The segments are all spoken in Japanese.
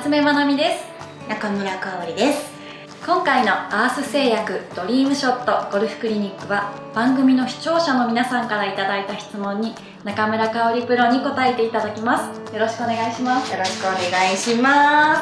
娘まなみです。 中村香織です。 今回のアース製薬ドリームショットゴルフクリニックは番組の視聴者の皆さんからいただいた質問に中村香織プロに答えていただきます。よろしくお願いします。 よろしくお願いします。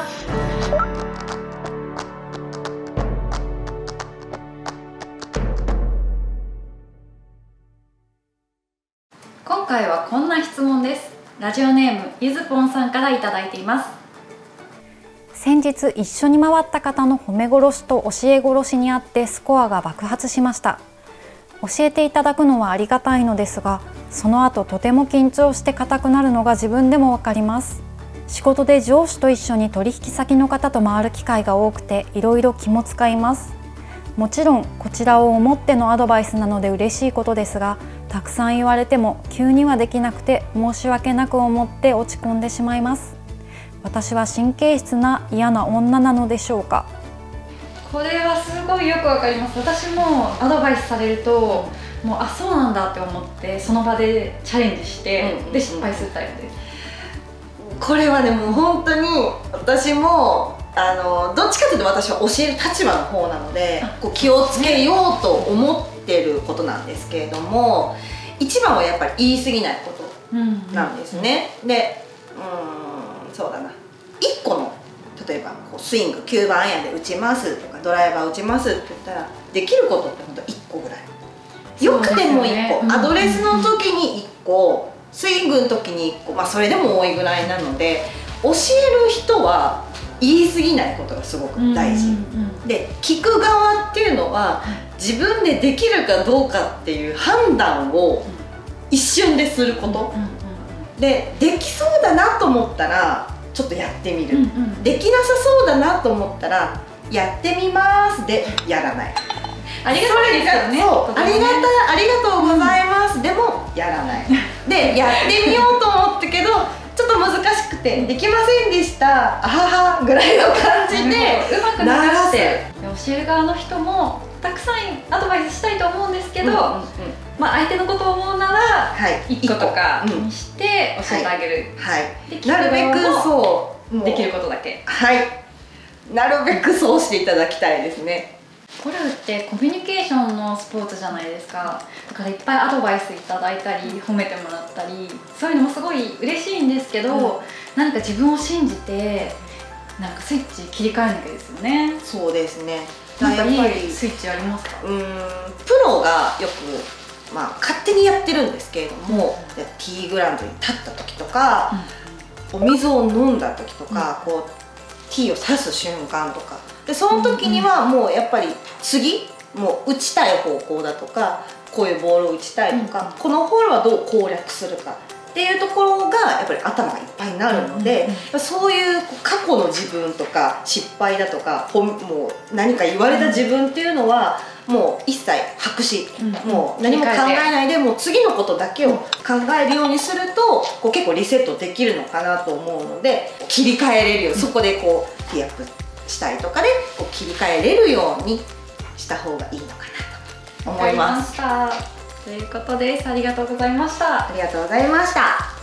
今回はこんな質問です。ラジオネームゆずぽんさんからいただいています。先日一緒に回った方の褒め殺しと教え殺しにあってスコアが爆発しました。教えていただくのはありがたいのですが、その後とても緊張して硬くなるのが自分でもわかります。仕事で上司と一緒に取引先の方と回る機会が多くていろいろ気も使います。もちろんこちらを思ってのアドバイスなので嬉しいことですが、たくさん言われても急にはできなくて申し訳なく思って落ち込んでしまいます。私は神経質な嫌な女なのでしょうか。これはすごいよくわかります。私もアドバイスされるともうそうなんだって思ってその場でチャレンジして、で失敗するタイプです。 これはでも本当に私もどっちかというと私は教える立場の方なのでこう気をつけようと思ってることなんですけれども、一番はやっぱり言い過ぎないことなんですね。でそうだな、1個の例えばこうスイング9番アイアンで打ちますとかドライバー打ちますって言ったらできることって本当1個ぐらい、よくても1個、アドレスの時に1個、スイングの時に1個、それでも多いぐらいなので、教える人は言い過ぎないことがすごく大事で、聞く側っていうのは自分でできるかどうかっていう判断を一瞬ですることで、できそうだなと思ったらちょっとやってみる、できなさそうだなと思ったらやってみますでやらない。 ありがたいですよね。 ありがとうございます、でもやらないで、やってみようと思ったけどちょっと難しくてできませんでしたあははぐらいの感じでうまく流して教える側の人もたくさんアドバイスしたいと思うんですけど、相手のことを思うなら1個とかにして教えてあげる、 なるべくそうできることだけ、 なるべくそうしていただきたいですね。 ゴルフってコミュニケーションのスポーツじゃないですか。だからいっぱいアドバイスいただいたり褒めてもらったり、そういうのもすごい嬉しいんですけど、何か自分を信じてなんかスイッチ切り替えなきゃですよね。 そうですね。 なんかいいスイッチありますか？ プロがよく、勝手にやってるんですけれども、ティーグラウンドに立った時とか、お水を飲んだ時とか、こうティーを刺す瞬間とかで、その時にはもうやっぱり次もう打ちたい方向だとか、こういうボールを打ちたいとか、このホールはどう攻略するかっていうところがやっぱり頭がいっぱいになるので、そういう過去の自分とか失敗だとかもう何か言われた自分っていうのはもう一切白紙、もう何も考えないでもう次のことだけを考えるようにするとこう結構リセットできるのかなと思うので、切り替えれるように、そこでこうティーアップしたりとかでこう切り替えれるようにした方がいいのかなと思います。 ということです。ありがとうございました。 ありがとうございました。